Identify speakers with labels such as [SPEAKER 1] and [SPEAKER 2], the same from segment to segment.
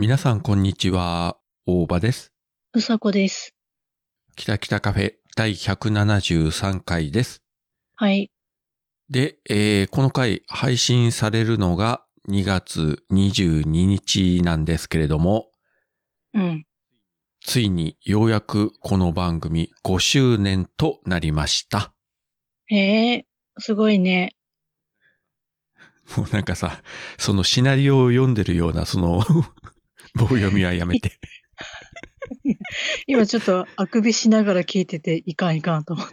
[SPEAKER 1] 皆さんこんにちは、大場です。
[SPEAKER 2] うさこです。
[SPEAKER 1] きたきたカフェ第173回です。
[SPEAKER 2] はい。
[SPEAKER 1] で、この回配信されるのが2月22日なんですけれども、
[SPEAKER 2] うん。
[SPEAKER 1] ついにようやくこの番組5周年となりました。
[SPEAKER 2] すごいね。
[SPEAKER 1] もうなんかさ、そのシナリオを読んでるようなその棒読みはやめて。
[SPEAKER 2] 今ちょっとあくびしながら聞いてていかんいかんと思って。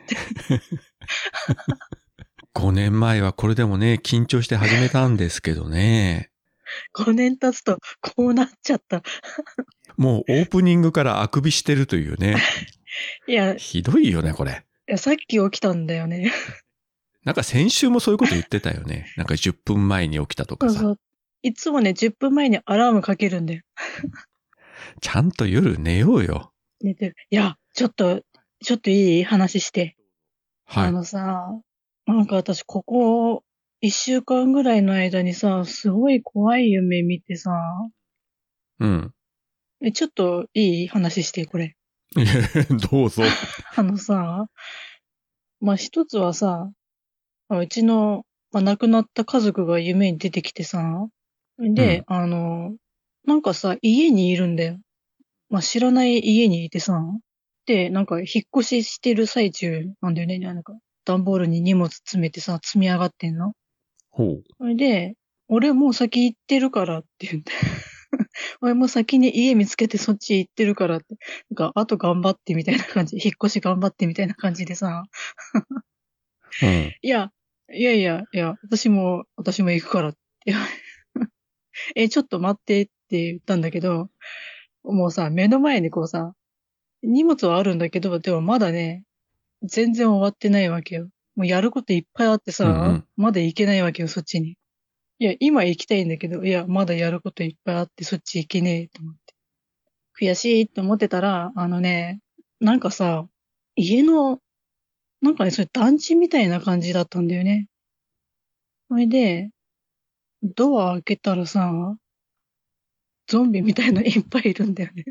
[SPEAKER 1] 5年前はこれでもね、緊張して始めたんですけどね。
[SPEAKER 2] 5年経つとこうなっちゃった。
[SPEAKER 1] もうオープニングからあくびしてるというね。
[SPEAKER 2] いや、
[SPEAKER 1] ひどいよね、これ。
[SPEAKER 2] さっき起きたんだよね。
[SPEAKER 1] なんか先週もそういうこと言ってたよね。なんか10分前に起きたとかさ。
[SPEAKER 2] そうそう。いつもね、10分前にアラームかけるんだよ。
[SPEAKER 1] ちゃんと夜寝ようよ。
[SPEAKER 2] 寝てる。いや、ちょっといい話して。
[SPEAKER 1] はい。
[SPEAKER 2] なんか私ここ1週間ぐらいの間にさ、すごい怖い夢見てさ、
[SPEAKER 1] うん。
[SPEAKER 2] ちょっといい話して、これ。
[SPEAKER 1] いやどうぞ。
[SPEAKER 2] あのさ、一つはさ、うちの、亡くなった家族が夢に出てきてさ、で、
[SPEAKER 1] うん。
[SPEAKER 2] なんかさ、家にいるんだよ。知らない家にいてさ、で、なんか引っ越ししてる最中なんだよね。なんか、段ボールに荷物詰めてさ、積み上がってんの。
[SPEAKER 1] ほう。
[SPEAKER 2] それで、俺もう先行ってるからって言って。俺も先に家見つけてそっち行ってるからって。なんか、あと頑張ってみたいな感じ。引っ越し頑張ってみたいな感じでさ、
[SPEAKER 1] うん。
[SPEAKER 2] いや、私も行くからって。ちょっと待ってって言ったんだけど、もうさ、目の前にこうさ、荷物はあるんだけど、でもまだね、全然終わってないわけよ。もうやることいっぱいあってさ、
[SPEAKER 1] うんうん。
[SPEAKER 2] まだ行けないわけよ、そっちに。いや、今行きたいんだけど、いや、まだやることいっぱいあって、そっち行けねえと思って。悔しいって思ってたら、なんかさ、家の、なんかね、それ団地みたいな感じだったんだよね。それで、ドア開けたらさ、ゾンビみたいのいっぱいいるんだよね。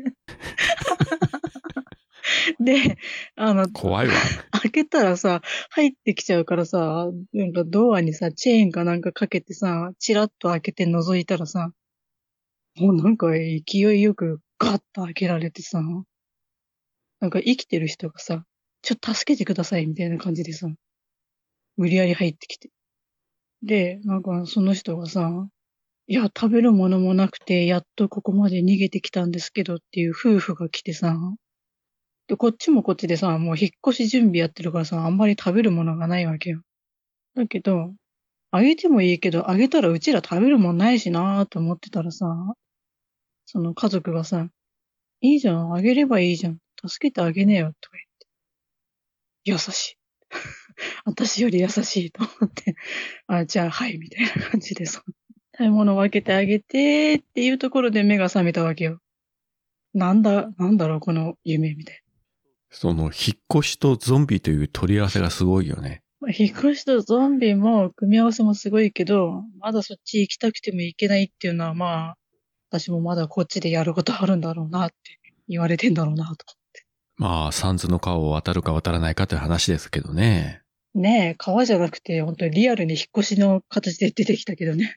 [SPEAKER 2] で、あの、
[SPEAKER 1] 怖いわ。
[SPEAKER 2] 開けたらさ、入ってきちゃうからさ、なんかドアにさ、チェーンかなんかかけてさ、チラッと開けて覗いたらさ、もうなんか勢いよくガッと開けられてさ、なんか生きてる人がさ、ちょっと助けてくださいみたいな感じでさ、無理やり入ってきて。で、なんかその人がさ、いや、食べるものもなくて、やっとここまで逃げてきたんですけどっていう夫婦が来てさ、で、こっちもこっちでさ、もう引っ越し準備やってるからさ、あんまり食べるものがないわけよ。だけど、あげてもいいけど、あげたらうちら食べるもんないしなーと思ってたらさ、その家族がさ、いいじゃん、あげればいいじゃん。助けてあげねえよ、とか言って。優しい。私より優しいと思って、あ、じゃあ、はい、みたいな感じでさ、食べ物分けてあげてっていうところで目が覚めたわけよ。なんだろう、この夢、みたい
[SPEAKER 1] その、引っ越しとゾンビという取り合わせがすごいよね。
[SPEAKER 2] な。引っ越しとゾンビも組み合わせもすごいけど、まだそっち行きたくても行けないっていうのは私もまだこっちでやることあるんだろうなって言われてんだろうなと。
[SPEAKER 1] まあ、サンズの川を渡るか渡らないかという話ですけどね。
[SPEAKER 2] ねえ、川じゃなくて、本当にリアルに引っ越しの形で出てきたけどね。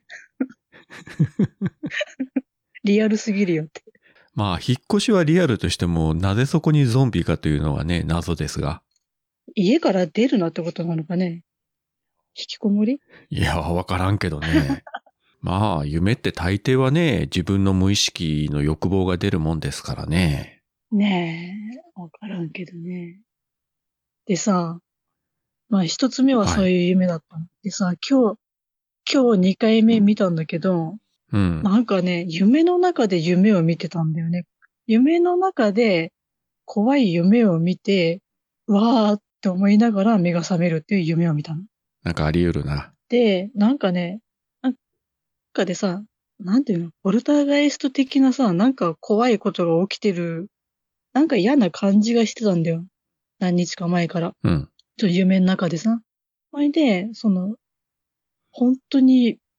[SPEAKER 2] リアルすぎるよって。
[SPEAKER 1] まあ、引っ越しはリアルとしても、なぜそこにゾンビかというのはね、謎ですが。
[SPEAKER 2] 家から出るなってことなのかね。引きこもり。
[SPEAKER 1] いや、わからんけどね。まあ、夢って大抵はね、自分の無意識の欲望が出るもんですからね。
[SPEAKER 2] ねえ、わからんけどね。でさ、一つ目は
[SPEAKER 1] はい。
[SPEAKER 2] そういう夢だったの。でさ、今日2回目見たんだけど、
[SPEAKER 1] うん。
[SPEAKER 2] なんかね、夢の中で夢を見てたんだよね。夢の中で怖い夢を見て、わーって思いながら目が覚めるっていう夢を見たの。
[SPEAKER 1] なんかあり得るな。
[SPEAKER 2] で、なんかね、なんかでさ、なんていうの、ボルターガイスト的なさ、なんか怖いことが起きてる、なんか嫌な感じがしてたんだよ。何日か前から。
[SPEAKER 1] うん。
[SPEAKER 2] 夢の中でさ。それで、本当に、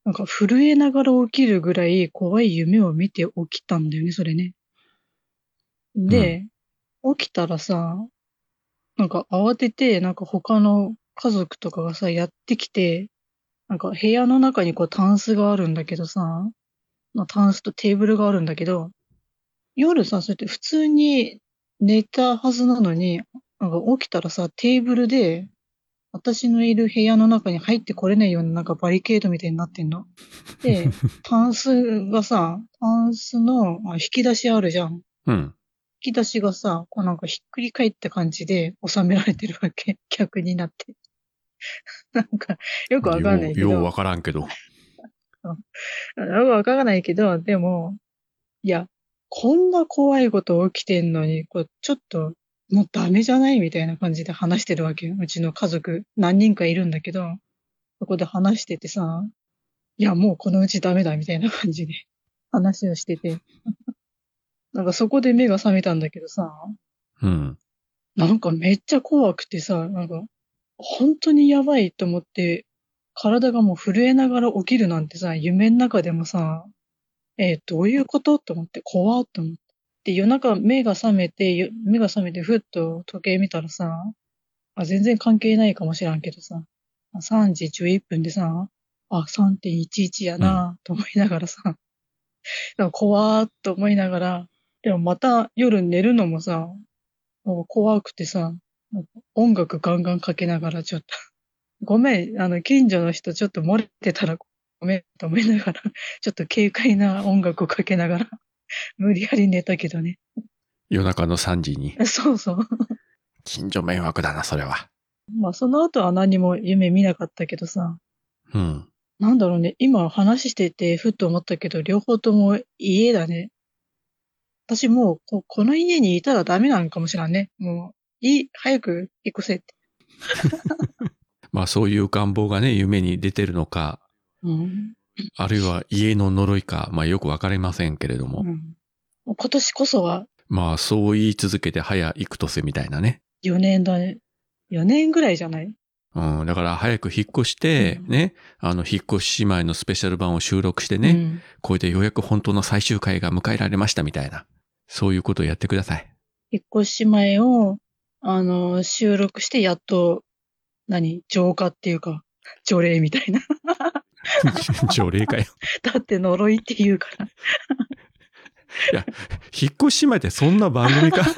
[SPEAKER 2] なんか震えながら起きるぐらい怖い夢を見て起きたんだよね、それね。で、起きたらさ、なんか慌てて、なんか他の家族とかがさ、やってきて、なんか部屋の中にこうタンスがあるんだけどさ、タンスとテーブルがあるんだけど、夜さ、そうやって普通に寝たはずなのに、なんか起きたらさ、テーブルで、私のいる部屋の中に入ってこれないようななんかバリケードみたいになってんの。で、タンスがさ、タンスの引き出しあるじゃん。
[SPEAKER 1] うん。
[SPEAKER 2] 引き出しがさ、こうなんかひっくり返った感じで収められてるわけ。逆になって。なんか、よくわかんないけど。
[SPEAKER 1] ようわからんけど。
[SPEAKER 2] よくわからないけど、でも、いや、こんな怖いこと起きてんのに、こう、ちょっと、もうダメじゃないみたいな感じで話してるわけよ。うちの家族、何人かいるんだけど、そこで話しててさ、いや、もうこのうちダメだみたいな感じで話をしてて、なんかそこで目が覚めたんだけどさ、
[SPEAKER 1] うん。
[SPEAKER 2] なんかめっちゃ怖くてさ、なんか、本当にやばいと思って、体がもう震えながら起きるなんてさ、夢の中でもさ、どういうことと思って、怖っと思って。で、夜中目が覚めてふっと時計見たらさ、全然関係ないかもしらんけどさ、3時11分でさ、3.11や
[SPEAKER 1] うん。
[SPEAKER 2] なと思いながらさ、なんか怖ーっと思いながら、でもまた夜寝るのもさ、もう怖くてさ、なんか音楽ガンガンかけながらちょっと、ごめん、近所の人ちょっと漏れてたらごめんと思いながら、ちょっと軽快な音楽をかけながら、無理やり寝たけどね。
[SPEAKER 1] 夜中の3時に。
[SPEAKER 2] そうそう。
[SPEAKER 1] 近所迷惑だな、それは。
[SPEAKER 2] まあ、その後は何も夢見なかったけどさ、
[SPEAKER 1] うん。
[SPEAKER 2] なんだろうね、今話しててふっと思ったけど、両方とも家だね。私もうこの家にいたらダメなのかもしらんね。もう、早く引っ越せって。
[SPEAKER 1] まあそういう願望がね、夢に出てるのか、
[SPEAKER 2] うん。
[SPEAKER 1] あるいは家の呪いか、まあよくわかりませんけれども。
[SPEAKER 2] うん。もう今年こそは
[SPEAKER 1] まあそう言い続けて早幾年みたいなね。
[SPEAKER 2] 4年だね。4年ぐらいじゃない？
[SPEAKER 1] うん、だから早く引っ越し
[SPEAKER 2] う
[SPEAKER 1] て、
[SPEAKER 2] ん。
[SPEAKER 1] ね、引っ越し姉妹のスペシャル版を収録してね、
[SPEAKER 2] うん。
[SPEAKER 1] これでようやく本当の最終回が迎えられましたみたいな。そういうことをやってください。
[SPEAKER 2] 引っ越し前を、収録してやっと、浄化っていうか、除霊みたいな。
[SPEAKER 1] 条例かよ。
[SPEAKER 2] だって呪いって言うから。
[SPEAKER 1] いや、引っ越し姉妹ってそんな番組か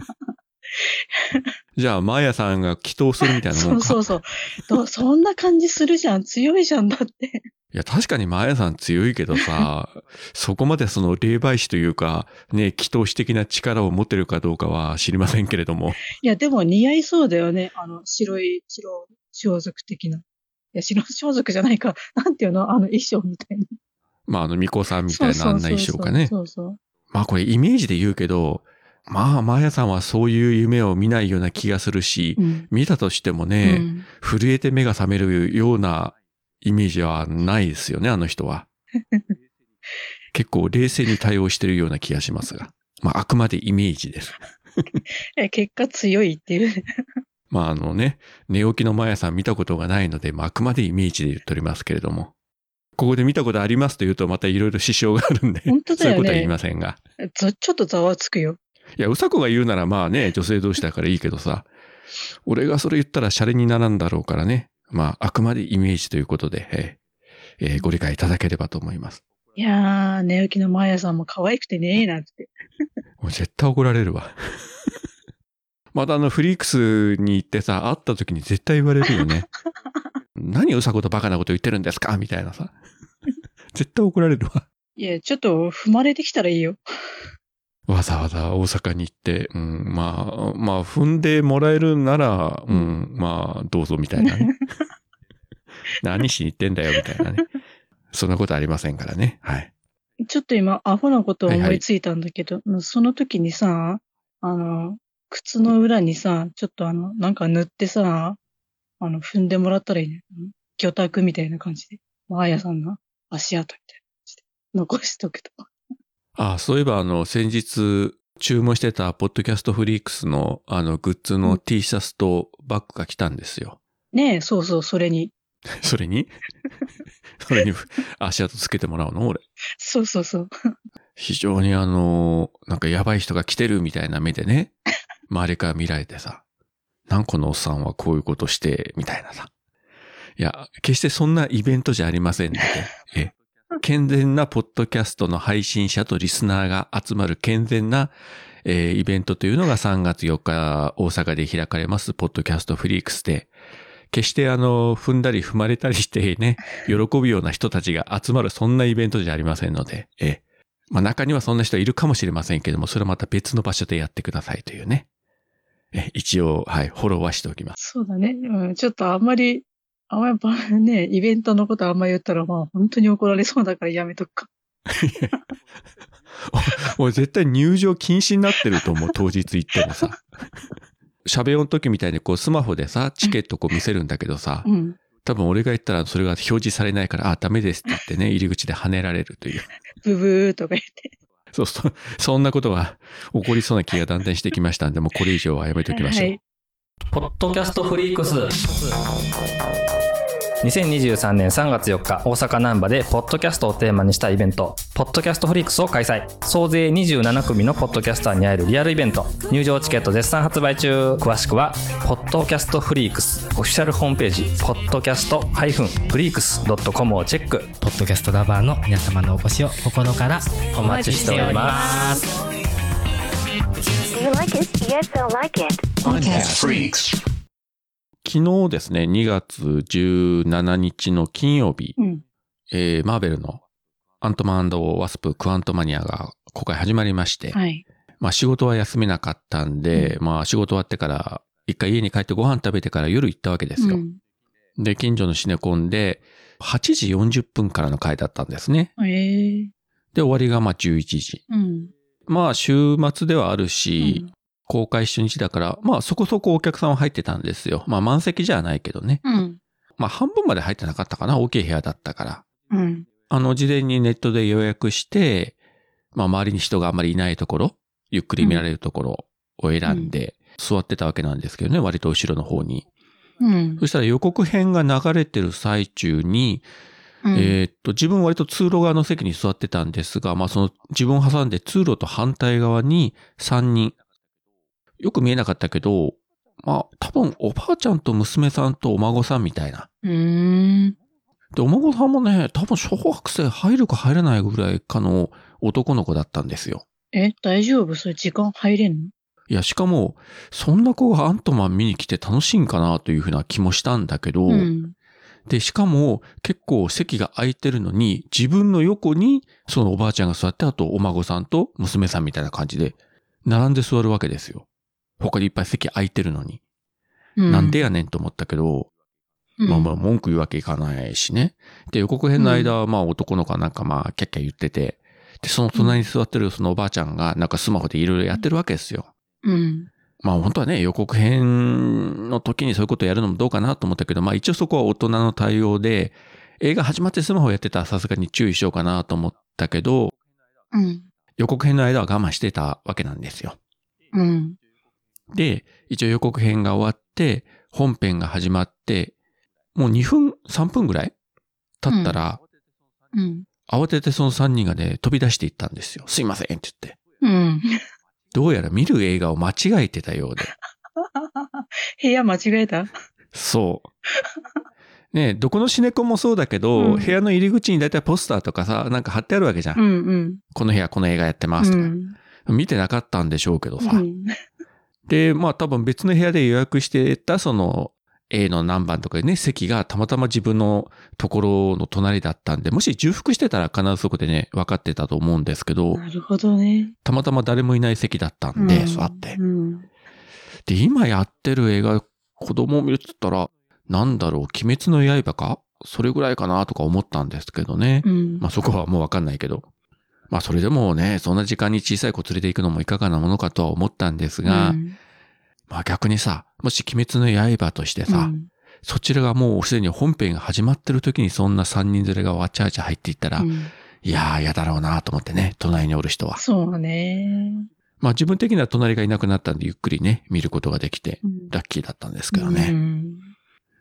[SPEAKER 1] じゃあ、マーヤさんが祈祷するみたいなもんか。
[SPEAKER 2] そうそうそう。そんな感じするじゃん。強いじゃんだって。
[SPEAKER 1] いや、確かにマーヤさん強いけどさ、そこまでその霊媒師というか、ね、祈祷師的な力を持ってるかどうかは知りませんけれども。
[SPEAKER 2] いや、でも似合いそうだよね。白装束的な。いや、白装束じゃないか。なんていうの衣装みたいな。
[SPEAKER 1] まあ、巫女さんみ
[SPEAKER 2] そうそう
[SPEAKER 1] たいなあんな衣
[SPEAKER 2] そうそう。
[SPEAKER 1] 装かね。
[SPEAKER 2] そうそう。
[SPEAKER 1] まあ、これイメージで言うけど、まあ、マーヤさんはそういう夢を見ないような気がするし、
[SPEAKER 2] うん。
[SPEAKER 1] 見たとしても
[SPEAKER 2] う
[SPEAKER 1] ね、
[SPEAKER 2] ん。
[SPEAKER 1] 震えて目が覚めるようなイメージはないですよね、あの人は。結構冷静に対応してるような気がしますが。まあ、あくまでイメージです。
[SPEAKER 2] 結果強いっていう。
[SPEAKER 1] まあね、寝起きのマーヤさん見たことがないので、まあ、あくまでイメージで言っておりますけれども。ここで見たことありますと言うとまたいろいろ支障があるんで、
[SPEAKER 2] 本当
[SPEAKER 1] そういうことは言い
[SPEAKER 2] だよね。
[SPEAKER 1] ませんが。
[SPEAKER 2] ちょっとざわつくよ。
[SPEAKER 1] いや、うさこが言うならまあね、女性同士だからいいけどさ、俺がそれ言ったらシャレにならんだろうからね。まあ、あくまでイメージということで、ご理解いただければと思います。
[SPEAKER 2] いやー、寝起きのマーヤさんも可愛くてねーなんて。
[SPEAKER 1] もう絶対怒られるわ。またフリークスに行ってさ、会った時に絶対言われるよね。何うさことバカなこと言ってるんですかみたいなさ。絶対怒られるわ。
[SPEAKER 2] いや、ちょっと踏まれてきたらいいよ。
[SPEAKER 1] わざわざ大阪に行って、まあ、踏んでもらえるなら、まあ、どうぞみたいなね。何しに行ってんだよみたいなね。そんなことありませんからね。はい。
[SPEAKER 2] ちょっと今、アホなことを
[SPEAKER 1] はいはい。
[SPEAKER 2] 思いついたんだけど、その時にさ、靴の裏にさ、ちょっとなんか塗ってさ、踏んでもらったらいいね。魚拓みたいな感じで。マーヤさんの足跡みたいな感じで。残しとくと。
[SPEAKER 1] あ、そういえば先日、注文してたポッドキャストフリークスのグッズの T シャツとバッグが来たんですよ。
[SPEAKER 2] ねえ、そうそう、それに。
[SPEAKER 1] それにそれに足跡つけてもらうの俺。
[SPEAKER 2] そうそうそう。
[SPEAKER 1] 非常になんかやばい人が来てるみたいな目でね、周りから見られてさ、なんこのおっさんはこういうことして、みたいなさ。いや、決してそんなイベントじゃありませんので、健全なポッドキャストの配信者とリスナーが集まる健全な、イベントというのが3月4日大阪で開かれますポッドキャストフリークスで、決して踏んだり踏まれたりしてね、喜ぶような人たちが集まるそんなイベントじゃありませんので、まあ中にはそんな人いるかもしれませんけども、それはまた別の場所でやってくださいというね。一応、はい、フォローはしておきます。
[SPEAKER 2] そうだね。うん、ちょっとあんまりね、イベントのことあんまり言ったら、まあ本当に怒られそうだからやめとくか。
[SPEAKER 1] 俺絶対入場禁止になってると思う、当日行ってもさ。喋りの時みたいにこうスマホでさ、チケットこう見せるんだけどさ、
[SPEAKER 2] うん。
[SPEAKER 1] 多分俺が言ったらそれが表示されないから、ダメですって言ってね、入り口で跳ねられるという。
[SPEAKER 2] ブブーとか言って。
[SPEAKER 1] そんなことが起こりそうな気がだんだんしてきましたんで、もうこれ以上はやめておきましょう。
[SPEAKER 2] はい。
[SPEAKER 3] ポッドキャストフリークス。2023年3月4日、大阪難波でポッドキャストをテーマにしたイベント、ポッドキャストフリークスを開催。総勢27組のポッドキャスターに会えるリアルイベント。入場チケット絶賛発売中。詳しくは、ポッドキャストフリークスオフィシャルホームページ、podcast-freaks.com をチェック。
[SPEAKER 4] ポッドキャストラバーの皆様のお越しを心から
[SPEAKER 3] お待ちしております。
[SPEAKER 5] Do you like it? Yes, I like it.
[SPEAKER 6] Podcast Freaks.
[SPEAKER 1] 昨日ですね、2月17日の金曜日、
[SPEAKER 2] うん。
[SPEAKER 1] マーベルのアントマン&ワスプクアントマニアが公開始まりまして、
[SPEAKER 2] はい。
[SPEAKER 1] まあ仕事は休めなかったんで、まあ仕事終わってから一回家に帰ってご飯食べてから夜行ったわけですよ。
[SPEAKER 2] うん。
[SPEAKER 1] で、近所のシネコンで8時40分からの回だったんですね。で、終わりがまあ11時。
[SPEAKER 2] うん。
[SPEAKER 1] まあ週末ではあるし、
[SPEAKER 2] うん
[SPEAKER 1] 公開初日だから、まあそこそこお客さんは入ってたんですよ。まあ満席じゃないけどね。
[SPEAKER 2] うん。
[SPEAKER 1] まあ半分まで入ってなかったかな。大きい部屋だったから。
[SPEAKER 2] うん。
[SPEAKER 1] 事前にネットで予約して、まあ周りに人があんまりいないところ、ゆっくり見られるところを選んで、座ってたわけなんですけどね、割と後ろの方に。
[SPEAKER 2] うん。
[SPEAKER 1] そしたら予告編が流れてる最中に、自分割と通路側の席に座ってたんですが、まあその自分を挟んで通路と反対側に3人、よく見えなかったけど、まあ多分おばあちゃんと娘さんとお孫さんみたいな。で、お孫さんもね、多分小学生入るか入れないぐらいかの男の子だったんですよ。
[SPEAKER 2] 大丈夫？それ時間入れんの？
[SPEAKER 1] いや、しかも、そんな子がアントマン見に来て楽しいんかなというふうな気もしたんだけど、
[SPEAKER 2] うん。
[SPEAKER 1] で、しかも結構席が空いてるのに、自分の横にそのおばあちゃんが座って、あとお孫さんと娘さんみたいな感じで、並んで座るわけですよ。他にいっぱい席空いてるのに。なんでやねんと思ったけど、まあ文句言うわけいかないしね。で、予告編の間はまあ男の子はなんかまあキャッキャ言ってて、で、その隣に座ってるそのおばあちゃんがなんかスマホでいろいろやってるわけですよ。まあ本当はね、予告編の時にそういうことやるのもどうかなと思ったけど、まあ一応そこは大人の対応で、映画始まってスマホやってたらさすがに注意しようかなと思ったけど、予告編の間は我慢してたわけなんですよ。で、一応予告編が終わって、本編が始まって、もう2分、3分ぐらい経ったら、慌ててその3人がね、飛び出していったんですよ。すいませんって言って。どうやら見る映画を間違えてたようで。
[SPEAKER 2] 部屋間違えた？
[SPEAKER 1] そう。ね、どこのシネコンもそうだけど、部屋の入り口にだいたいポスターとかさ、なんか貼ってあるわけじゃん。この部屋この映画やってますとか。見てなかったんでしょうけどさ。で、まあ多分別の部屋で予約してたその A の何番とかでね、席がたまたま自分のところの隣だったんで、もし重複してたら必ずそこでね、分かってたと思うんですけど、
[SPEAKER 2] なるほどね。
[SPEAKER 1] たまたま誰もいない席だったんで、座って。で、今やってる映画、子供を見るって言ったら、なんだろう、鬼滅の刃か？それぐらいかなとか思ったんですけどね。まあそこはもう分かんないけど。まあそれでもね、そんな時間に小さい子連れて行くのもいかがなものかとは思ったんですが、まあ逆にさ、もし鬼滅の刃としてさ、そちらがもうすでに本編が始まってる時にそんな3人連れがわちゃわちゃ入っていったら、いやー嫌だろうなと思ってね、隣におる人は。
[SPEAKER 2] そうね。
[SPEAKER 1] まあ自分的には隣がいなくなったんでゆっくりね、見ることができて、ラッキーだったんですけどね。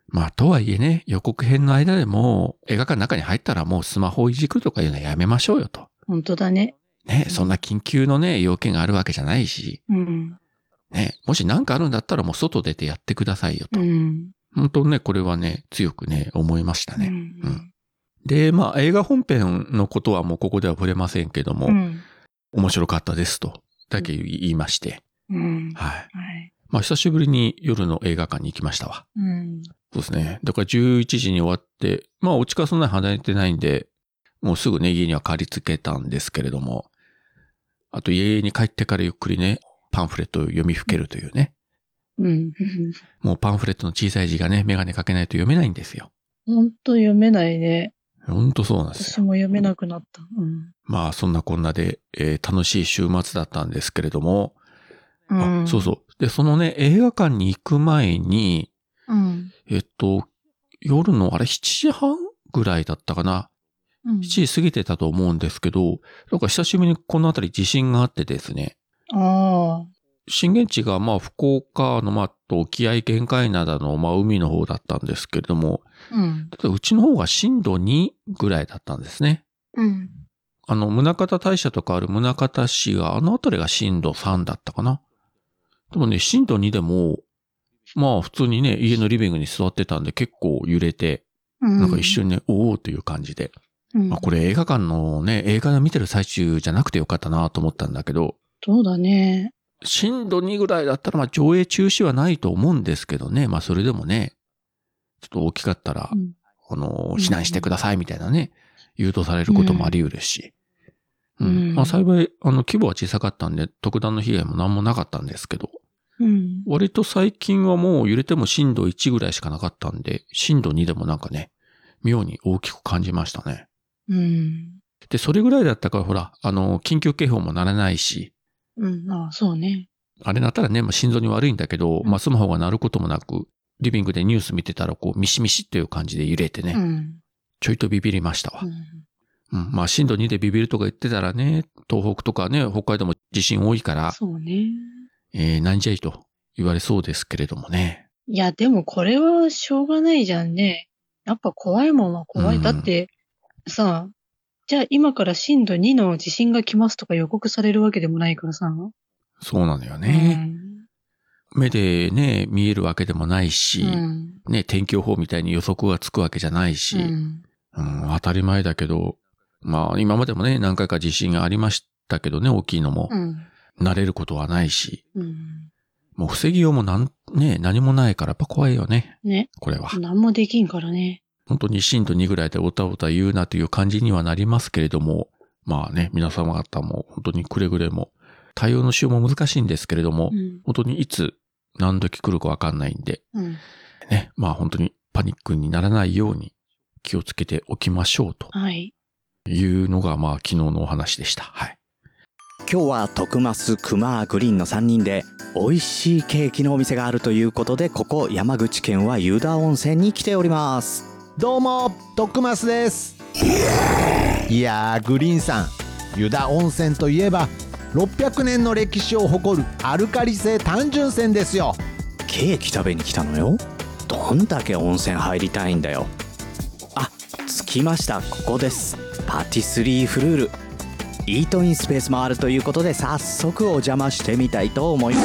[SPEAKER 1] まあ、とはいえね、予告編の間でも、映画館の中に入ったらもうスマホをいじくとかいうのはやめましょうよと。
[SPEAKER 2] 本当だね。
[SPEAKER 1] ね、そんな緊急のね、要件があるわけじゃないし、
[SPEAKER 2] うん。
[SPEAKER 1] ね、もし何かあるんだったらもう外出てやってくださいよと。
[SPEAKER 2] うん。
[SPEAKER 1] 本当ね、これはね、強くね、思いましたね。
[SPEAKER 2] うん
[SPEAKER 1] で、まあ、映画本編のことはもうここでは触れませんけども、
[SPEAKER 2] うん。
[SPEAKER 1] 面白かったですと、だけ言いまして、
[SPEAKER 2] うん。
[SPEAKER 1] はい。
[SPEAKER 2] はい。
[SPEAKER 1] まあ、久しぶりに夜の映画館に行きましたわ。
[SPEAKER 2] うん。
[SPEAKER 1] そうですね。だから11時に終わって、まあ、お近くそんなに離れてないんで、もうすぐね、家には帰りつけたんですけれども、あと家に帰ってからゆっくりね、パンフレットを読みふけるというね。
[SPEAKER 2] うん。
[SPEAKER 1] もうパンフレットの小さい字がね、メガネかけないと読めないんですよ。
[SPEAKER 2] ほんと読めないね。
[SPEAKER 1] ほんとそうなんですよ。
[SPEAKER 2] 私も読めなくなった。うん。
[SPEAKER 1] まあ、そんなこんなで、楽しい週末だったんですけれども、あ、そうそう。で、そのね、映画館に行く前に、
[SPEAKER 2] うん。
[SPEAKER 1] 夜のあれ7時半ぐらいだったかな。
[SPEAKER 2] うん。
[SPEAKER 1] 7時過ぎてたと思うんですけど、なんか久しぶりにこの辺り地震があってですね、
[SPEAKER 2] ああ。
[SPEAKER 1] 震源地がまあ福岡のまあ沖合玄界灘のまあ海の方だったんですけれども、
[SPEAKER 2] うん。
[SPEAKER 1] ただうちの方が震度2ぐらいだったんですね。
[SPEAKER 2] うん。
[SPEAKER 1] 宗像大社とかある宗像市があの辺りが震度3だったかな。でもね、震度2でも、まあ普通にね、家のリビングに座ってたんで結構揺れて、なんか一瞬ね、おーという感じで。
[SPEAKER 2] うん。
[SPEAKER 1] これ映画館のね、映画見てる最中じゃなくてよかったなと思ったんだけど、
[SPEAKER 2] そうだね。
[SPEAKER 1] 震度2ぐらいだったらまあ上映中止はないと思うんですけどね、まあそれでもね、ちょっと大きかったら、
[SPEAKER 2] うん。
[SPEAKER 1] 避難してくださいみたいなね、誘導されることもあり得るし。まあ幸い、規模は小さかったんで、特段の被害も何もなかったんですけど、
[SPEAKER 2] うん。
[SPEAKER 1] 割と最近はもう揺れても震度1ぐらいしかなかったんで、震度2でもなんかね、妙に大きく感じましたね。
[SPEAKER 2] うん。
[SPEAKER 1] で、それぐらいだったからほら、緊急警報も鳴らないし、
[SPEAKER 2] うん。ああ、そうね。
[SPEAKER 1] あれなったらね、まあ、心臓に悪いんだけど、
[SPEAKER 2] うん
[SPEAKER 1] まあ、スマホが鳴ることもなく、リビングでニュース見てたら、こう、ミシミシっていう感じで揺れてね、
[SPEAKER 2] うん。
[SPEAKER 1] ちょいとビビりましたわ。
[SPEAKER 2] うん。
[SPEAKER 1] まあ、震度2でビビるとか言ってたらね、東北とかね、北海道も地震多いから、
[SPEAKER 2] そうね。
[SPEAKER 1] なんじゃいと言われそうですけれどもね。
[SPEAKER 2] いや、でもこれはしょうがないじゃんね。やっぱ怖いもんは怖い。
[SPEAKER 1] うん
[SPEAKER 2] だって、さ、じゃあ今から震度2の地震が来ますとか予告されるわけでもないからさ。
[SPEAKER 1] そうなのよね。
[SPEAKER 2] うん。
[SPEAKER 1] 目でね、見えるわけでもないし、
[SPEAKER 2] うん。
[SPEAKER 1] ね、天気予報みたいに予測がつくわけじゃないし、
[SPEAKER 2] うん。
[SPEAKER 1] 当たり前だけど、まあ、今までもね、何回か地震がありましたけどね、大きいのも。
[SPEAKER 2] うん。
[SPEAKER 1] 慣れることはないし、
[SPEAKER 2] うん。
[SPEAKER 1] もう防ぎようも何もないからやっぱ怖いよね。
[SPEAKER 2] ね。
[SPEAKER 1] これは。
[SPEAKER 2] 何もできんからね。
[SPEAKER 1] 本当に震度2ぐらいでおたおた言うなという感じにはなりますけれども、まあね、皆様方も本当にくれぐれも、対応のしようも難しいんですけれども、
[SPEAKER 2] うん。
[SPEAKER 1] 本当にいつ何時来るかわかんないんで、
[SPEAKER 2] うん。
[SPEAKER 1] ね、まあ本当にパニックにならないように気をつけておきましょうと
[SPEAKER 2] はい。
[SPEAKER 1] いうのがまあ昨日のお話でした。はい。
[SPEAKER 6] 今日は徳増クマグリーンの3人で美味しいケーキのお店があるということで、ここ山口県は湯田温泉に来ております。
[SPEAKER 7] どうも徳増です。いやーグリーンさん、湯田温泉といえば600年の歴史を誇るアルカリ性単純泉ですよ。
[SPEAKER 6] ケーキ食べに来たのよ。どんだけ温泉入りたいんだよ。あ、着きました。ここです。パティスリーフルール。イートインスペースもあるということで、早速お邪魔してみたいと思います。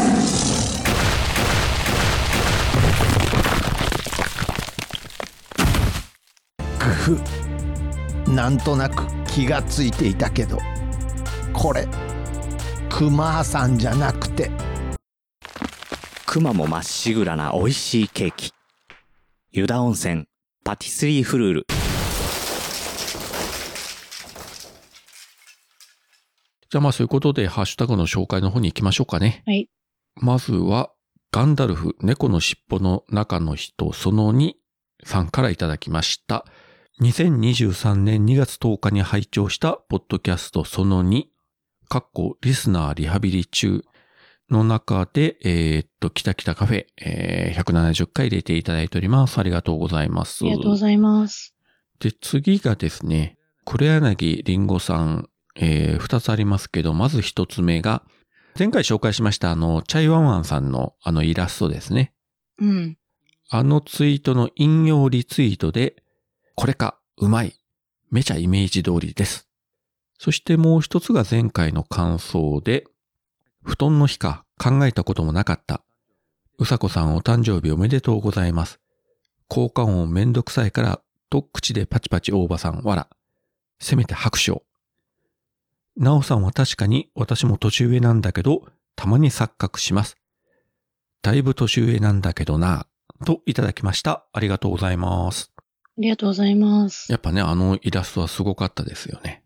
[SPEAKER 7] ふなんとなく気がついていたけど、これクマさんじゃなくて
[SPEAKER 6] クマもまっしぐらな美味しいケーキ。湯田温泉パティスリーフルール。
[SPEAKER 1] じゃあまあそういうことでハッシュタグの紹介の方に行きましょうかね。
[SPEAKER 2] はい。
[SPEAKER 1] まずは、ガンダルフ、猫の尻尾の中の人、その2さんからいただきました。2023年2月10日に拝聴したポッドキャストその2、リスナーリハビリ中の中で、キタキタカフェ、170回入れていただいております。ありがとうございます。
[SPEAKER 2] ありがとうございます。
[SPEAKER 1] で、次がですね、黒柳りんごさん、2つありますけど、まず1つ目が、前回紹介しましたチャイワンワンさんのイラストですね。
[SPEAKER 2] うん。
[SPEAKER 1] あのツイートの引用リツイートで、これか、うまい、めちゃイメージ通りです。そしてもう一つが前回の感想で、布団の日か考えたこともなかった。うさこさんお誕生日おめでとうございます。効果音めんどくさいからと口でパチパチ大場さんわら。せめて拍手を。なおさんは確かに私も年上なんだけど、たまに錯覚します。だいぶ年上なんだけどなぁ、といただきました。ありがとうございます。
[SPEAKER 2] ありがとうございます。
[SPEAKER 1] やっぱね、あのイラストはすごかったですよね。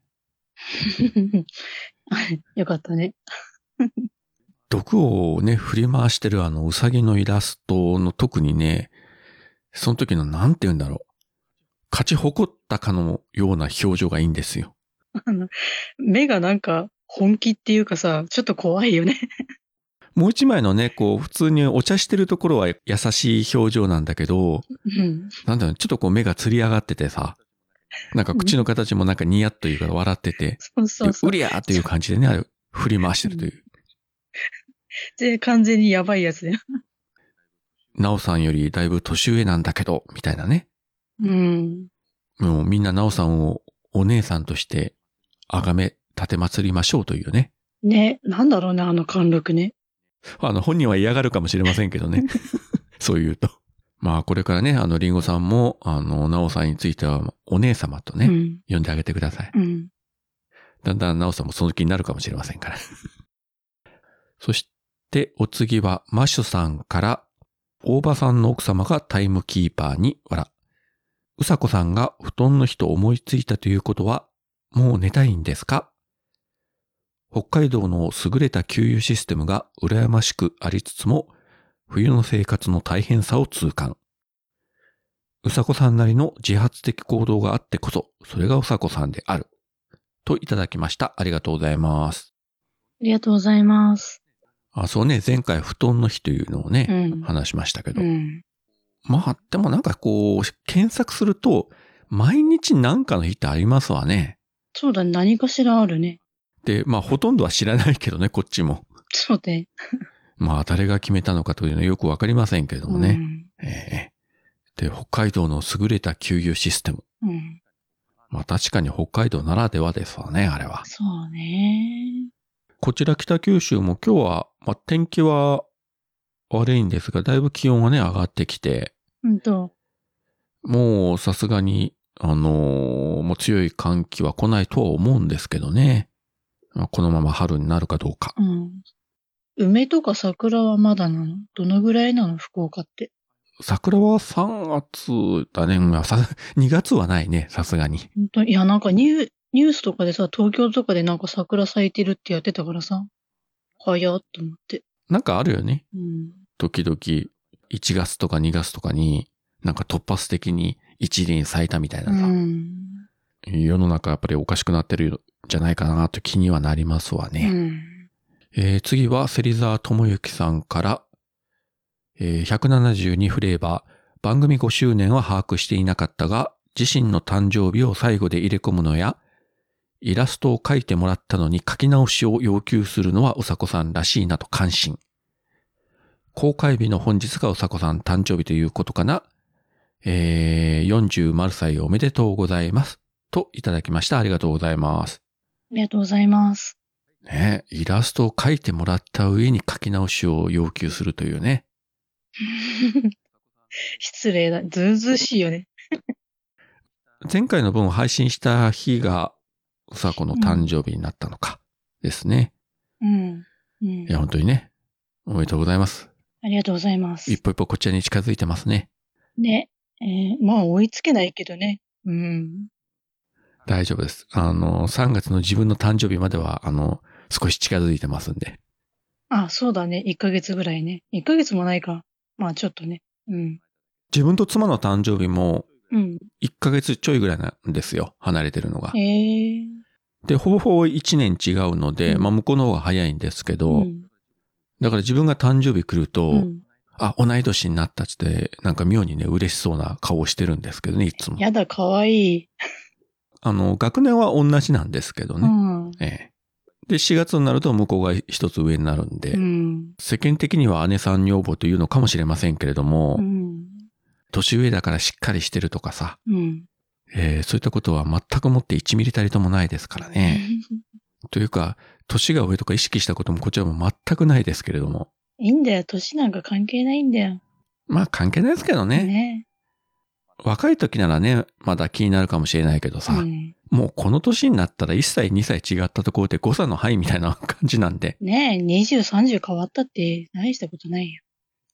[SPEAKER 2] よかったね。
[SPEAKER 1] 毒をね、振り回してるあのうさぎのイラストの特にね、その時のなんて言うんだろう。勝ち誇ったかのような表情がいいんですよ。
[SPEAKER 2] 目がなんか本気っていうかさ、ちょっと怖いよね。
[SPEAKER 1] もう一枚のね、こう普通にお茶してるところは優しい表情なんだけど、なんだろう、ちょっとこう目がつり上がっててさ、なんか口の形もなんかニヤッというか笑ってて、
[SPEAKER 2] そうそうそう。
[SPEAKER 1] うりゃーっていう感じでね、あれ振り回してるという。
[SPEAKER 2] 完全にやばいやつだよ。
[SPEAKER 1] なおさんよりだいぶ年上なんだけど、みたいなね。
[SPEAKER 2] うん。
[SPEAKER 1] もうみんななおさんをお姉さんとして崇め、立て祭りましょうというね。
[SPEAKER 2] ね、なんだろうね、あの貫禄ね。
[SPEAKER 1] 本人は嫌がるかもしれませんけどね。そう言うと。まあこれからね、リンゴさんも、なおさんについてはお姉様とね、呼んであげてください。だんだんなおさんもその気になるかもしれませんから。そしてお次はマッシュさんから、大場さんの奥様がタイムキーパーに笑。うさこさんが布団の日と思いついたということは、もう寝たいんですか？北海道の優れた給油システムが羨ましくありつつも、冬の生活の大変さを痛感。うさこさんなりの自発的行動があってこそ、それがうさこさんである。といただきました。ありがとうございます。
[SPEAKER 2] ありがとうございます。
[SPEAKER 1] そうね、前回布団の日というのをね、話しましたけど。まあ、でもなんかこう、検索すると、毎日なんかの日ってありますわね。
[SPEAKER 2] そうだね、何かしらあるね。
[SPEAKER 1] で、まあ、ほとんどは知らないけどね、こっちも。
[SPEAKER 2] そうね。
[SPEAKER 1] まあ、誰が決めたのかというのはよくわかりませんけれどもね。で、北海道の優れた給油システム。まあ、確かに北海道ならではですわね、あれは。
[SPEAKER 2] そうね。
[SPEAKER 1] こちら北九州も今日は、まあ、天気は悪いんですが、だいぶ気温がね、上がってきて。もう、さすがに、もう強い寒気は来ないとは思うんですけどね。このまま春になるかどうか。
[SPEAKER 2] 梅とか桜はまだなの？どのぐらいなの？福岡って。
[SPEAKER 1] 桜は3月だね。2月はないね、さすがに。
[SPEAKER 2] いや、なんかニュースとかでさ、東京とかでなんか桜咲いてるってやってたからさ、早っと思って。
[SPEAKER 1] なんかあるよね。時々、1月とか2月とかに、なんか突発的に一輪咲いたみたいなさ。世の中やっぱりおかしくなってるんじゃないかなと気にはなりますわね。次は芹沢智之さんから、172フレーバー、番組5周年は把握していなかったが、自身の誕生日を最後で入れ込むのや、イラストを描いてもらったのに書き直しを要求するのはうさこさんらしいなと感心。公開日の本日がうさこさん誕生日ということかな。40丸歳おめでとうございます。といただきました。ありがとうございます。
[SPEAKER 2] ありがとうございます。
[SPEAKER 1] ね、イラストを描いてもらった上に書き直しを要求するというね。
[SPEAKER 2] 失礼だ。ずうずうしいよね。
[SPEAKER 1] 前回の分を配信した日がうさこの誕生日になったのかですね。いや、本当にね、おめでとうございます。
[SPEAKER 2] ありがとうございます。
[SPEAKER 1] 一歩一歩こちらに近づいてますね。
[SPEAKER 2] ね。まあ追いつけないけどね。
[SPEAKER 1] 大丈夫です。3月の自分の誕生日までは、少し近づいてますんで。
[SPEAKER 2] あ、そうだね。1ヶ月ぐらいね。1ヶ月もないか。まあちょっとね。
[SPEAKER 1] 自分と妻の誕生日も、
[SPEAKER 2] 1
[SPEAKER 1] ヶ月ちょいぐらいなんですよ。離れてるのが。で、ほぼほぼ1年違うので、まあ向こうの方が早いんですけど、だから自分が誕生日来ると、同い年になったって、なんか妙にね、嬉しそうな顔をしてるんですけどね、いつも。
[SPEAKER 2] やだ、かわいい。
[SPEAKER 1] 学年は同じなんですけどね。で、4月になると向こうが一つ上になるんで、世間的には姉さん女房というのかもしれませんけれども、 年上だからしっかりしてるとかさ、
[SPEAKER 2] うん。
[SPEAKER 1] そういったことは全くもって1ミリたりともないですからね。というか、年が上とか意識したこともこちらも全くないですけれども。
[SPEAKER 2] いいんだよ。年なんか関係ないんだよ。
[SPEAKER 1] まあ関係ないですけどね。
[SPEAKER 2] ね。
[SPEAKER 1] 若い時ならね、まだ気になるかもしれないけどさ、
[SPEAKER 2] うん。
[SPEAKER 1] もうこの年になったら1歳2歳違ったところで誤差の範囲みたいな感じなんで。
[SPEAKER 2] ねえ、20、30変わったって大したことないよ。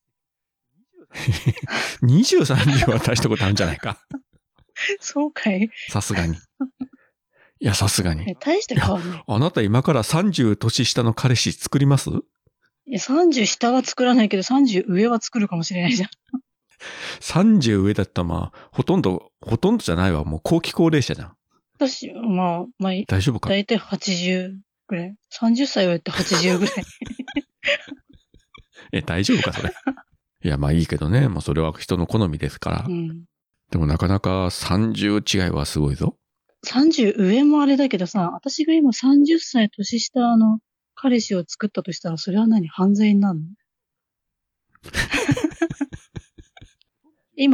[SPEAKER 1] 20、30は大したことあるんじゃないか。
[SPEAKER 2] そうかい？
[SPEAKER 1] さすがに。いや、さすがに。
[SPEAKER 2] 大して変わんない。
[SPEAKER 1] あなた今から30年下の彼氏作ります？
[SPEAKER 2] いや、30下は作らないけど、30上は作るかもしれないじゃん。
[SPEAKER 1] 30 上だったらまあ、ほとんどじゃないわ。もう後期高齢者じゃん。
[SPEAKER 2] 私、まあ、
[SPEAKER 1] 大丈夫か？
[SPEAKER 2] だいたい80ぐらい。30歳をやって80ぐらい。
[SPEAKER 1] 大丈夫かそれ。いや、まあいいけどね。もうそれは人の好みですから。
[SPEAKER 2] うん。
[SPEAKER 1] でもなかなか30違いはすごいぞ。
[SPEAKER 2] 30上もあれだけどさ、私が今30歳年下の彼氏を作ったとしたら、それは何？犯罪になるの？今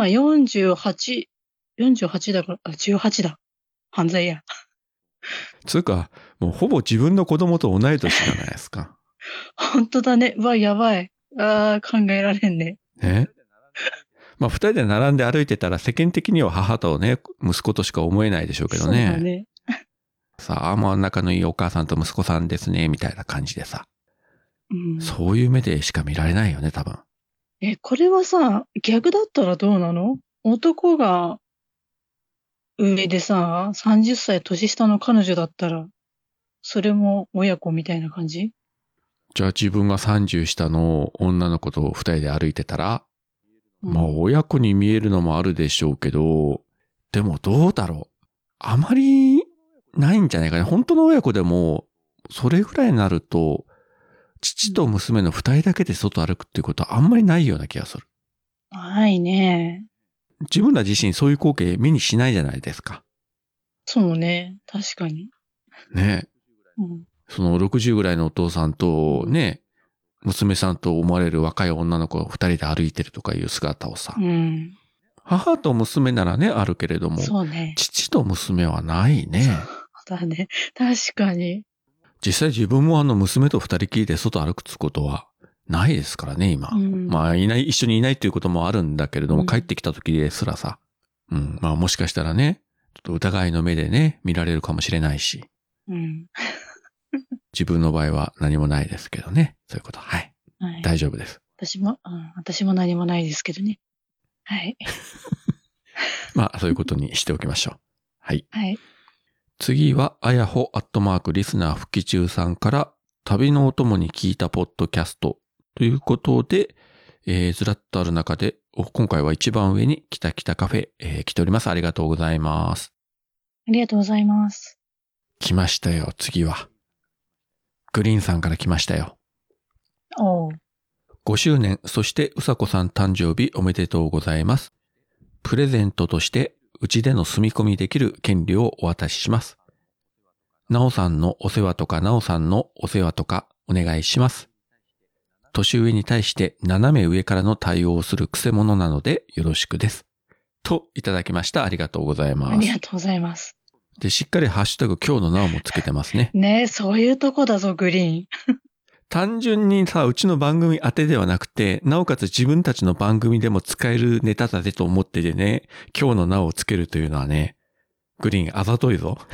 [SPEAKER 2] 48だから、あ、18だ。犯罪や。
[SPEAKER 1] つうか、もうほぼ自分の子供と同い年じゃないですか。
[SPEAKER 2] 本当だね。うわ、やばい。ああ、考えられんね。
[SPEAKER 1] ね。まあ二人で並んで歩いてたら世間的には母とね、息子としか思えないでしょうけど
[SPEAKER 2] そうだ
[SPEAKER 1] ね。
[SPEAKER 2] ね。
[SPEAKER 1] さあ、まあ仲のいいお母さんと息子さんですね、みたいな感じでさ。
[SPEAKER 2] うん。
[SPEAKER 1] そういう目でしか見られないよね、多分。
[SPEAKER 2] これはさ、逆だったらどうなの？男が上でさ、30歳年下の彼女だったら、それも親子みたいな感じ？
[SPEAKER 1] じゃあ自分が30下の女の子と二人で歩いてたら、
[SPEAKER 2] うん
[SPEAKER 1] まあ親子に見えるのもあるでしょうけど、でもどうだろう。あまりないんじゃないかね。本当の親子でも、それぐらいになると、父と娘の二人だけで外歩くっていうことはあんまりないような気がする。
[SPEAKER 2] ないね。
[SPEAKER 1] 自分ら自身そういう光景目にしないじゃないですか。
[SPEAKER 2] そうね。確かに。
[SPEAKER 1] ね。
[SPEAKER 2] うん。
[SPEAKER 1] その60ぐらいのお父さんとね、娘さんと思われる若い女の子二人で歩いてるとかいう姿をさ、
[SPEAKER 2] うん。
[SPEAKER 1] 母と娘ならね、あるけれども、
[SPEAKER 2] そうね。
[SPEAKER 1] 父と娘はないね。
[SPEAKER 2] だね。確かに。
[SPEAKER 1] 実際自分も娘と二人きりで外歩くつことはないですからね、今。
[SPEAKER 2] うん
[SPEAKER 1] まあ、一緒にいないっていうこともあるんだけれども、
[SPEAKER 2] うん
[SPEAKER 1] 帰ってきた時ですらさ、まあもしかしたらね、ちょっと疑いの目でね、見られるかもしれないし、
[SPEAKER 2] うん。
[SPEAKER 1] 自分の場合は何もないですけどね。そういうこと。はい。
[SPEAKER 2] はい。
[SPEAKER 1] 大丈夫です。
[SPEAKER 2] 私も何もないですけどね。はい。
[SPEAKER 1] まあ、そういうことにしておきましょう。はい。
[SPEAKER 2] はい。
[SPEAKER 1] 次は、あやほリスナー復帰中さんから、旅のお供に聞いたポッドキャストということで、ずらっとある中で、今回は一番上に、きたきたカフェ、来ております。ありがとうございます。
[SPEAKER 2] ありがとうございます。
[SPEAKER 1] 来ましたよ、次は。グリーンさんから来ましたよ。
[SPEAKER 2] おう。
[SPEAKER 1] 5周年、そしてうさこさん誕生日おめでとうございます。プレゼントとして、うちでの住み込みできる権利をお渡しします。なおさんのお世話とかなおさんのお世話とかお願いします。年上に対して斜め上からの対応をするくせ者なのでよろしくです。といただきました。ありがとうございます。
[SPEAKER 2] ありがとうございます。
[SPEAKER 1] で、しっかりハッシュタグ今日のなおもつけてますね。
[SPEAKER 2] ねえ、そういうとこだぞ、グリーン。
[SPEAKER 1] 単純にさ、うちの番組当てではなくて、なおかつ自分たちの番組でも使えるネタだてと思っててね、今日のなおをつけるというのはね、グリーンあざといぞ。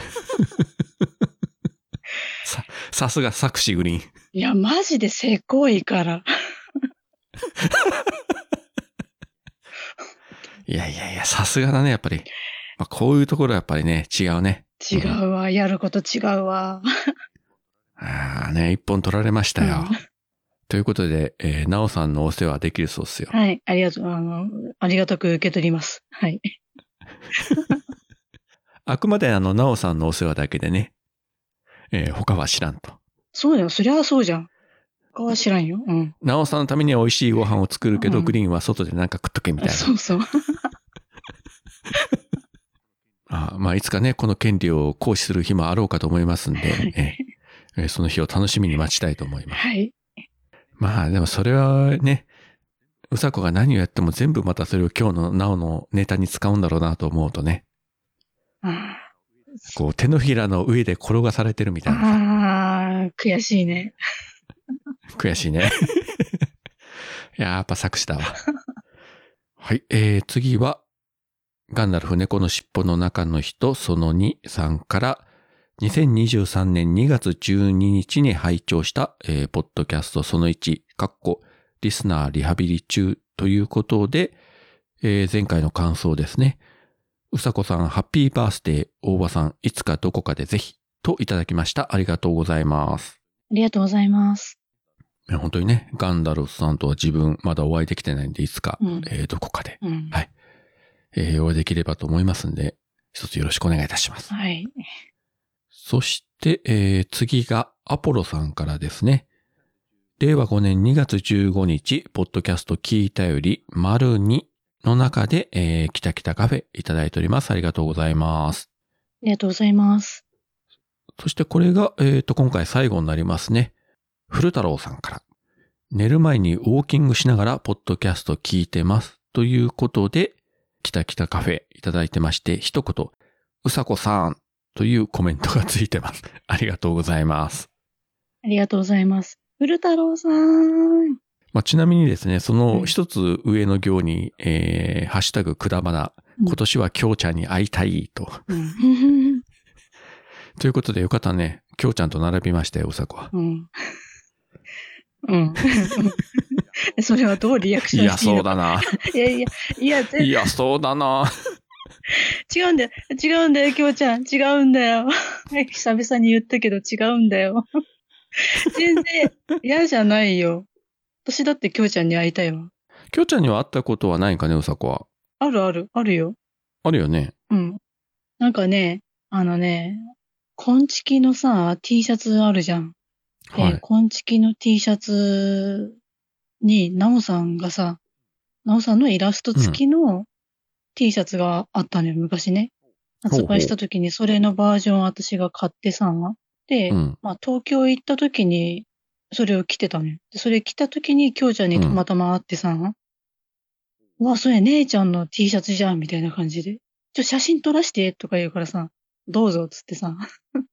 [SPEAKER 1] さすが作詞グリーン。
[SPEAKER 2] いや、マジでせこいから。
[SPEAKER 1] いや、さすがだね、やっぱり。まあ、こういうところはやっぱりね、違うね。
[SPEAKER 2] 違うわ、やること違うわ。
[SPEAKER 1] ああね、一本取られましたよ。
[SPEAKER 2] うん
[SPEAKER 1] ということで、なおさんのお世話できるそうっすよ。
[SPEAKER 2] はい、ありがとう。ありがたく受け取ります。はい。
[SPEAKER 1] あくまでなおさんのお世話だけでね、他は知らんと。
[SPEAKER 2] そうだよ、そりゃそうじゃん。他は知らんよ。うん。
[SPEAKER 1] なおさんのためには美味しいご飯を作るけど、
[SPEAKER 2] うん
[SPEAKER 1] グリーンは外でなんか食っとけみたいな。
[SPEAKER 2] そうそう。
[SPEAKER 1] まあ、いつかね、この権利を行使する日もあろうかと思いますんで、その日を楽しみに待ちたいと思います。
[SPEAKER 2] はい。
[SPEAKER 1] まあ、でもそれはね、 うさこが何をやっても全部またそれを今日のなおのネタに使うんだろうなと思うとね。
[SPEAKER 2] あ
[SPEAKER 1] こう手のひらの上で転がされてるみたいなさ。
[SPEAKER 2] 悔しいね。
[SPEAKER 1] 悔しいね。やっぱ作詞だわ。はい、次は、ガンダルフ猫の尻尾の中の人その2さんから2023年2月12日に拝聴した、ポッドキャストその1、リスナーリハビリ中ということで、前回の感想ですね。うさこさん、ハッピーバースデー、大場さん、いつかどこかでぜひ、といただきました。ありがとうございます。
[SPEAKER 2] ありがとうございます。
[SPEAKER 1] 本当にね、ガンダルフさんとは自分まだお会いできてないんで、いつか、どこかで、はい、お会いできればと思いますんで、一つよろしくお願いいたします。
[SPEAKER 2] はい。
[SPEAKER 1] そして、次がアポロさんからですね。令和5年2月15日、ポッドキャスト聞いたより、丸2の中で、きたきたカフェいただいております。ありがとうございます。
[SPEAKER 2] ありがとうございます。
[SPEAKER 1] そしてこれが、今回最後になりますね。古太郎さんから。寝る前にウォーキングしながら、ポッドキャスト聞いてます。ということで、きたきたカフェいただいてまして、一言、うさこさんというコメントがついてます。ありがとうございます。
[SPEAKER 2] ありがとうございます。古太郎さん。
[SPEAKER 1] ちなみにですね、その一つ上の行に、ハッシュタグくだばな、今年はきょうちゃんに会いたいと。ということでよかったね。きょうちゃんと並びましたよ、うさこは。
[SPEAKER 2] それはどうリアクションしていいのか。いや、
[SPEAKER 1] そうだな。
[SPEAKER 2] 違うんだよ、きょうちゃん。違うんだよ。久々に言ったけど違うんだよ。全然嫌じゃないよ。私だってきょうちゃんに会いたいわ。
[SPEAKER 1] きょうちゃんには会ったことはないんかね、うさこは。
[SPEAKER 2] あるよ。
[SPEAKER 1] あるよね。
[SPEAKER 2] なんかね、コンチキのさ、T シャツあるじゃん。で、コンチキの T シャツに、なおさんのイラスト付きの T シャツがあったのよ、昔ね。発売した時にそれのバージョンを私が買ってさ、で、東京行った時にそれを着てたのよ。で、それ着た時にきょうちゃんにたまたま会ってさ、うわ、それ姉ちゃんの T シャツじゃん、みたいな感じで。写真撮らして、とか言うからさ、どうぞ、つってさ。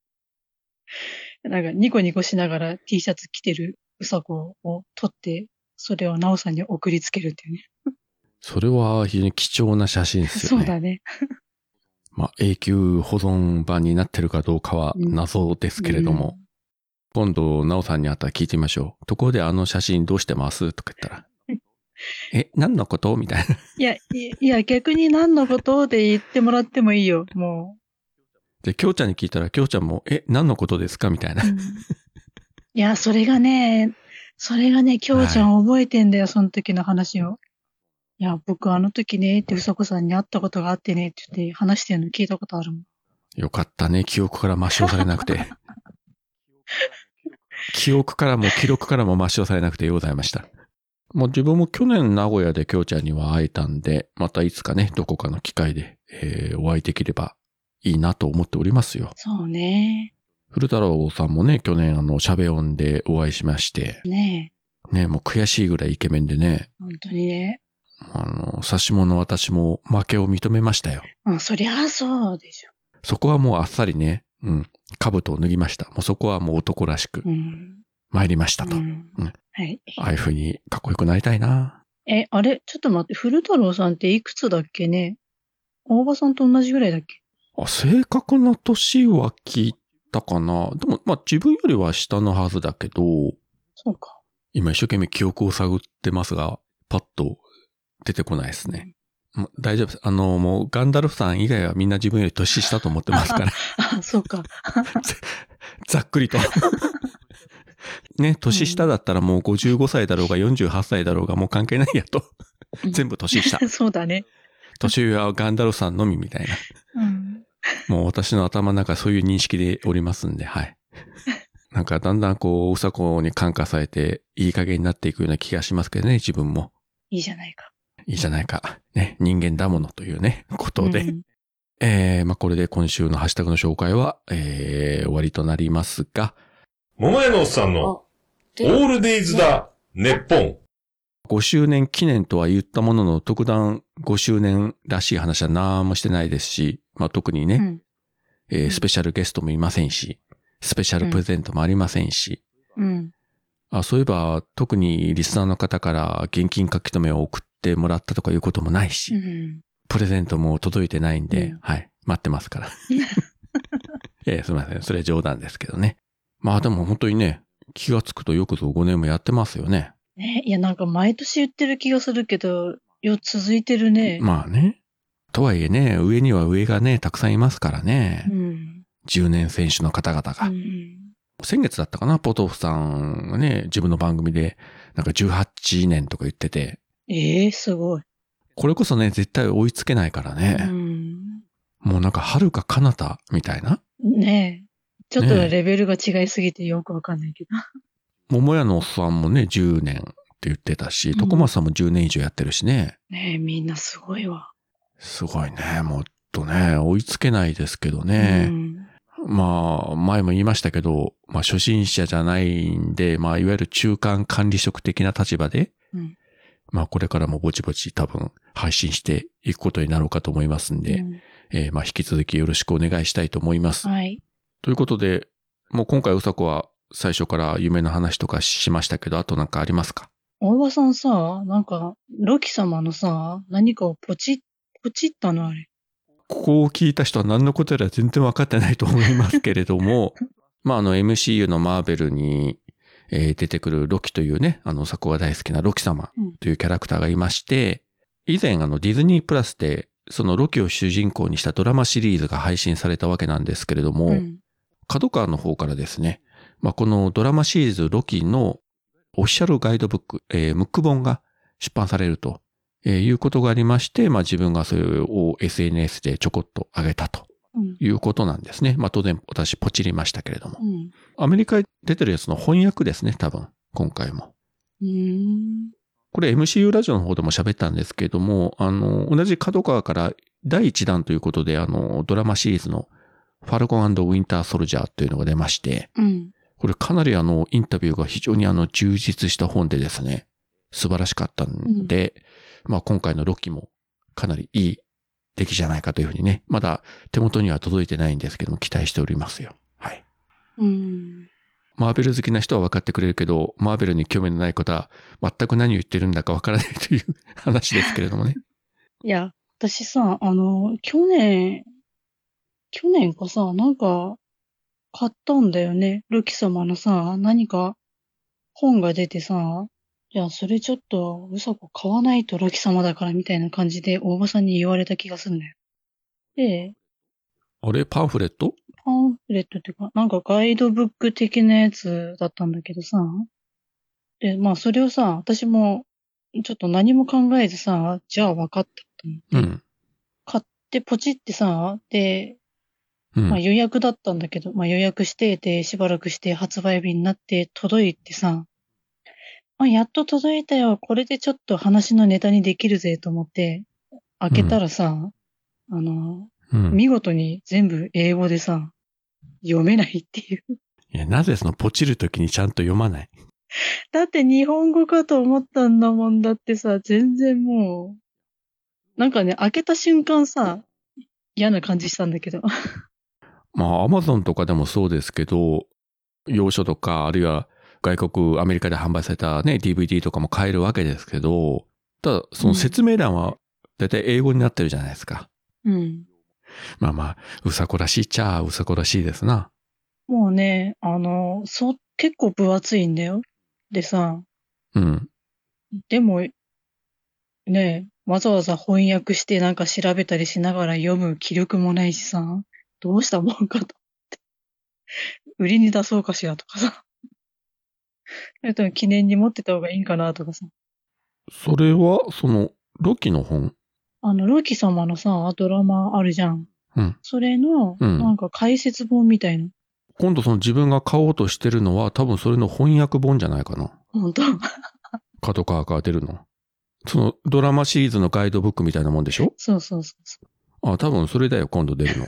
[SPEAKER 2] なんかニコニコしながら T シャツ着てるうさこを撮って、それをなおさんに送りつけるっていうね。
[SPEAKER 1] それは非常に貴重な写真ですよね。
[SPEAKER 2] そうだね。
[SPEAKER 1] 永久保存版になってるかどうかは謎ですけれども、今度なおさんに会ったら聞いてみましょう。ところであの写真どうしてますとか言ったら。何のことみたいな。
[SPEAKER 2] いや、逆に何のことで言ってもらってもいいよ、もう。
[SPEAKER 1] で、きょうちゃんに聞いたら、きょうちゃんも、何のことですかみたいな。
[SPEAKER 2] いや、それがね、きょうちゃん覚えてんだよ、その時の話を。いや、僕あの時ね、ってうさこさんに会ったことがあってね、って言って話してるの聞いたことあるもん。
[SPEAKER 1] よかったね、記憶から抹消されなくて。記憶からも記録からも抹消されなくてようございました。自分も去年名古屋できょうちゃんには会えたんで、またいつかね、どこかの機会で、お会いできればいいなと思っておりますよ。
[SPEAKER 2] そうね。
[SPEAKER 1] 古太郎さんもね、去年しゃべ音でお会いしまして。
[SPEAKER 2] ね
[SPEAKER 1] もう悔しいぐらいイケメンでね。
[SPEAKER 2] 本当にね。
[SPEAKER 1] 指し物私も負けを認めましたよ。
[SPEAKER 2] そりゃそうでしょ。
[SPEAKER 1] そこはもうあっさりね、兜を脱ぎました。もうそこはもう男らしく、参りましたと。はい。ああいう風にかっこよくなりたいな。
[SPEAKER 2] あれちょっと待って、古太郎さんっていくつだっけね？大場さんと同じぐらいだっけ？
[SPEAKER 1] 正確な年は聞いたかな。でも、自分よりは下のはずだけど。
[SPEAKER 2] そうか。
[SPEAKER 1] 今一生懸命記憶を探ってますが、パッと出てこないですね。大丈夫です。もうガンダルフさん以外はみんな自分より年下と思ってますから。
[SPEAKER 2] そうか。
[SPEAKER 1] ざっくりと。ね、年下だったらもう55歳だろうが48歳だろうがもう関係ないやと。全部年下。
[SPEAKER 2] そうだね。
[SPEAKER 1] 年上はガンダルフさんのみみたいな。もう私の頭の中そういう認識でおりますんで、はい。なんかだんだんうさこに感化されていい加減になっていくような気がしますけどね、自分も。
[SPEAKER 2] いいじゃないか。
[SPEAKER 1] いいじゃないか。ね、人間だものというね、ことで。これで今週のハッシュタグの紹介は、終わりとなりますが。
[SPEAKER 8] 桃屋のおっさんの、オールデイズだ、ネッポン。
[SPEAKER 1] 5周年記念とは言ったものの、特段5周年らしい話は何もしてないですし、まあ特にね、スペシャルゲストもいませんし、スペシャルプレゼントもありませんし、そういえば特にリスナーの方から現金書き留めを送ってもらったとかいうこともないし、プレゼントも届いてないんで、はい、待ってますから。すみません。それは冗談ですけどね。まあでも本当にね、気がつくとよくぞ5年もやってますよね。
[SPEAKER 2] いや、なんか毎年言ってる気がするけど、続いてるね。
[SPEAKER 1] まあね。とはいえね、上には上がね、たくさんいますからね。10年選手の方々が。先月だったかな、ポトフさんがね、自分の番組で、なんか18年とか言ってて。
[SPEAKER 2] すごい。
[SPEAKER 1] これこそね、絶対追いつけないからね。もうなんか遥か彼方みたいな。
[SPEAKER 2] ねえ。ちょっとレベルが違いすぎてよくわかんないけど。
[SPEAKER 1] 桃屋のおっさんもね、10年って言ってたし、徳松さんも10年以上やってるしね。
[SPEAKER 2] ねえ、みんなすごいわ。
[SPEAKER 1] すごいね。もっとね、追いつけないですけどね。まあ、前も言いましたけど、まあ初心者じゃないんで、まあいわゆる中間管理職的な立場で、まあこれからもぼちぼち多分配信していくことになろうかと思いますんで、まあ引き続きよろしくお願いしたいと思います。
[SPEAKER 2] はい。
[SPEAKER 1] ということで、もう今回うさこは最初から夢の話とかしましたけど、あとなんかありますか？
[SPEAKER 2] 大場さんさ、なんか、ロキ様のさ、何かをポチったのあれ。
[SPEAKER 1] ここを聞いた人は何のことやら全然分かってないと思いますけれども、まあMCU のマーベルに、出てくるロキというね、うさこが大好きなロキ様というキャラクターがいまして、以前ディズニープラスでそのロキを主人公にしたドラマシリーズが配信されたわけなんですけれども、角川の方からですね、まあ、このドラマシリーズロキのオフィシャルガイドブック、ムック本が出版されると、いうことがありまして、まあ自分がそれを SNS でちょこっと上げたということなんですね。まあ当然私ポチりましたけれども。アメリカに出てるやつの翻訳ですね、多分、今回も。これ MCU ラジオの方でも喋ったんですけれども、同じ角川から第1弾ということで、ドラマシリーズのファルコン&ウィンターソルジャーというのが出まして、これかなりインタビューが非常に充実した本でですね、素晴らしかったんで、まあ今回のロキもかなりいい出来じゃないかというふうにね、まだ手元には届いてないんですけども期待しておりますよ。はい。マーベル好きな人は分かってくれるけど、マーベルに興味のない方は全く何を言ってるんだか分からないという話ですけれどもね。
[SPEAKER 2] いや、私さ、去年かさ、なんか、買ったんだよね。ロキ様のさ、何か本が出てさ、いや、それちょっと、うさこ買わないとロキ様だからみたいな感じで大場さんに言われた気がするんだよ。で、
[SPEAKER 1] あれパンフレット
[SPEAKER 2] っていうか、なんかガイドブック的なやつだったんだけどさ。で、まあそれをさ、私もちょっと何も考えずさ、じゃあ分かったと思って。買ってポチってさ、で、まあ予約だったんだけど、まあ予約してて、しばらくして発売日になって届いてさ、まあやっと届いたよ。これでちょっと話のネタにできるぜと思って、開けたらさ、見事に全部英語でさ、読めないっていう。
[SPEAKER 1] いや、なぜそのポチるときにちゃんと読まない？
[SPEAKER 2] だって日本語かと思ったんだもんだってさ、全然もう、なんかね、開けた瞬間さ、嫌な感じしたんだけど。
[SPEAKER 1] まあ、アマゾンとかでもそうですけど、洋書とか、あるいは外国、アメリカで販売されたね、DVD とかも買えるわけですけど、ただ、その説明欄はだいたい英語になってるじゃないですか。まあまあ、うさこらしいっちゃうさこらしいですな。
[SPEAKER 2] もうね、結構分厚いんだよ。でさ、でも、ね、わざわざ翻訳してなんか調べたりしながら読む気力もないしさ、どうしたもんかと思って。売りに出そうかしらとかさ。記念に持ってた方がいいんかなとかさ。
[SPEAKER 1] それは、ロキの本？
[SPEAKER 2] ロキ様のさ、ドラマあるじゃん。それの、なんか解説本みたいな。
[SPEAKER 1] 今度自分が買おうとしてるのは多分それの翻訳本じゃないかな。
[SPEAKER 2] 本当？
[SPEAKER 1] 角川から出るの。ドラマシリーズのガイドブックみたいなもんでしょ？
[SPEAKER 2] そう。
[SPEAKER 1] 多分それだよ、今度出るの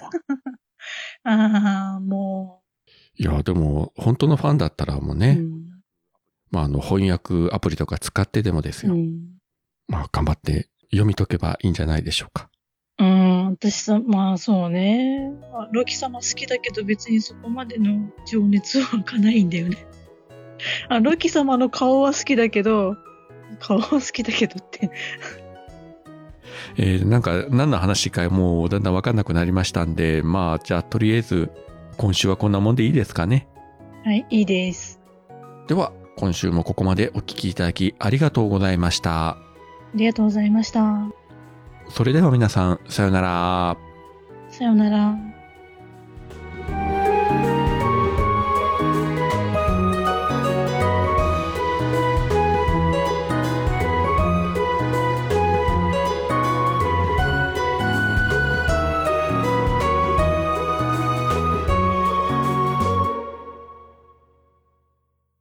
[SPEAKER 1] は。
[SPEAKER 2] も
[SPEAKER 1] う。いや、でも、本当のファンだったらもうね、 翻訳アプリとか使ってでもですよ。頑張って読み解けばいいんじゃないでしょうか。
[SPEAKER 2] 私さ、そうね。ロキ様好きだけど別にそこまでの情熱は湧かないんだよね。ロキ様の顔は好きだけどって。
[SPEAKER 1] なんか何の話かもうだんだん分かんなくなりましたんで、じゃあとりあえず今週はこんなもんでいいですかね。
[SPEAKER 2] はい、いいです。
[SPEAKER 1] では今週もここまでお聞きいただきありがとうございました。
[SPEAKER 2] ありがとうございました。
[SPEAKER 1] それでは皆さん、さよなら。
[SPEAKER 2] さよなら。